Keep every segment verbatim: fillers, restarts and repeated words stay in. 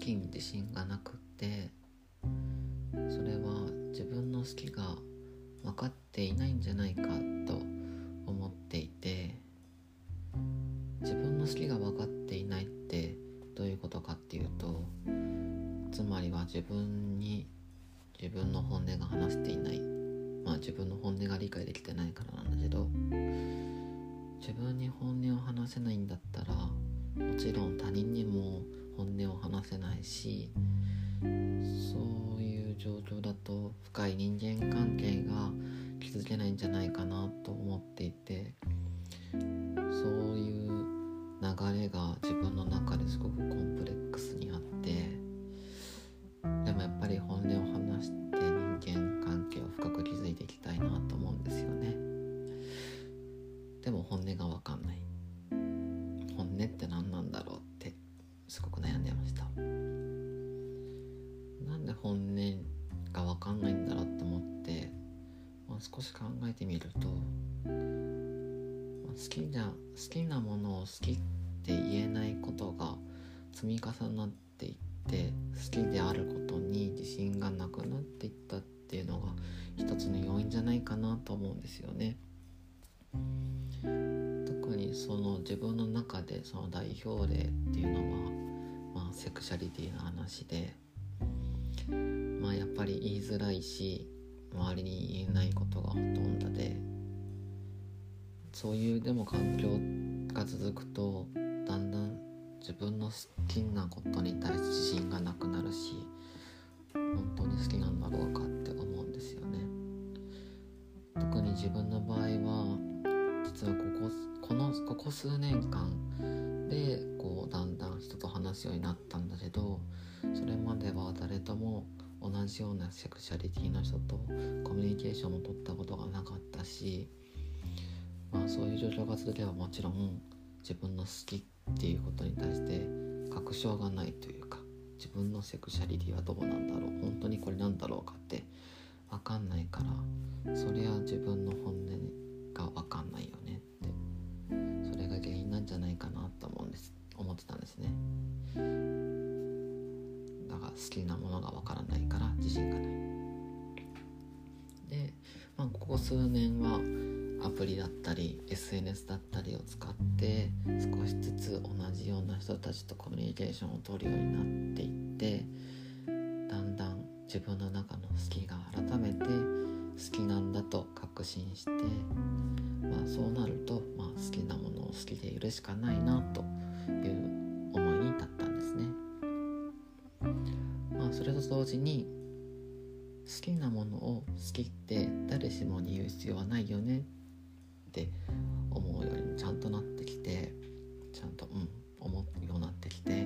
きに自信がなくって、それは自分の好きが分かっていないんじゃないかと思っていて、自分の好きが分かっていないってどういうことかっていうと、つまりは自分に自分の本音が話していない、まあ自分の本音が理解できてないからなんだけど、自分に本音を話せないんだったら、もちろん他人にも本音を話せないし、そういう状況だと深い人間関係が築けないんじゃないかなと思っていて、そういう流れが自分の中ですごくコンプレックスにあって、でもやっぱり本音を話して人間関係を深く築いていきたいなと思うんですよね。でも本音が分かんない、本音って何なんだろうってすごく悩んでました。なんで本音が分かんないんだろうって思って、まあ、少し考えてみると、まあ、好きな好きなものを好きって言えないことが積み重なっていって、好きであることに自信がなくなっていったっていうのが一つの要因じゃないかなと思うんですよね。特にその自分の中でその代表例っていうのは、まあ、セクシャリティの話で、まあ、やっぱり言いづらいし、周りに言えないことがほとんどで、そういうでも環境が続くと、だんだん自分の好きなことに対して自信がなくなるし、本当に好きなんだろうかって思うんですよね。特に自分の場合は、実はこここのここ数年間でこうだんだん人と話すようになったんだけど、それまでは誰とも同じようなセクシャリティの人とコミュニケーションも取ったことがなかったし、まあ、そういう状況が続けばもちろん自分の好きっていうことに対して確証がないというか、自分のセクシャリティはどうなんだろう、本当にこれなんだろうかって分かんないから、そりゃ自分の本音が分かんないよねって、それが原因なんじゃないかなと思うんです思ってたんですね。だから好きなものが分からないから自信がないで、まあ、ここ数年はアプリだったり エスエヌエス だったりを使って少しずつ同じような人たちとコミュニケーションを取るようになっていって、だんだん自分の中の好きが改めて好きなんだと確信して、まあ、そうなると、まあ、好きなものを好きでいるしかないなという思いに至ったんですね。まあ、それと同時に、好きなものを好きって誰しもに言う必要はないよねって思うようにちゃんとなってきて、ちゃんとうん思うようになってきて、うん、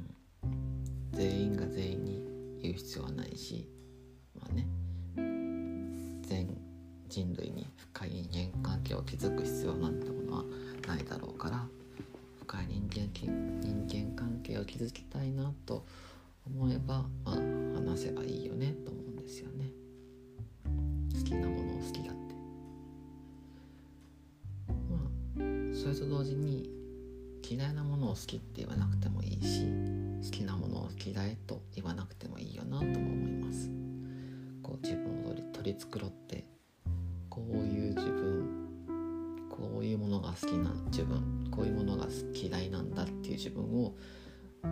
全員が全員に言う必要はないし、まあね、全人類に深い人間関係を築く必要なんてものはないだろうから、深い人間人間関係を築きたいなと思えば、まあ、話せばいいよねと思うんですよね。好きなものを好きだって、まあそれと同時に嫌いなものを好きって言わなくてもいいし、好きなものを嫌いと言わなくてもいいよなとも思います。こう自分を取り、取り繕って、こういう自分、こういうものが好きな自分、こういうものが嫌いなんだっていう自分を、うん、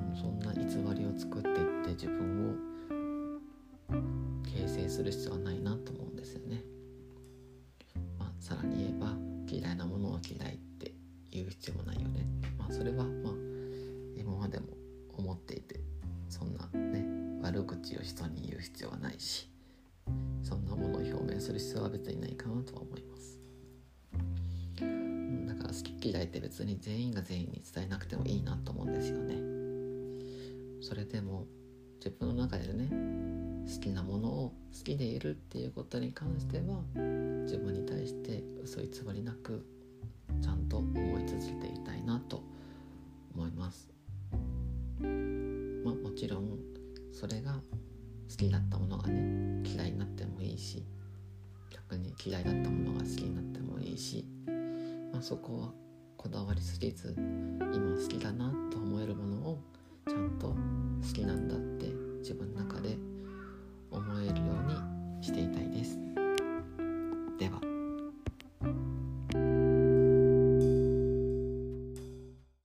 そんな偽りを作っていって自分を形成する必要はないなと思うんですよね。まあ、さらに言えば嫌いなものを嫌いって言う必要もないよね。まあそれはまあ今までも思っていて、そんなね悪口を人に言う必要はないし、そんなものを表明する必要は別にないかなとは思います。だから好き嫌いって別に全員が全員に伝えなくてもいいなと思うんですよね。それでも自分の中でね、好きなものを好きでいるっていうことに関しては、自分に対して嘘偽りなくちゃんと思い続けていたいなと思います。まあもちろんそれが好きだったものがね嫌いになってもいいし、逆に嫌いだったものが好きになってもいいし、まあ、そこはこだわりすぎず、今好きだなと思えるものをちゃん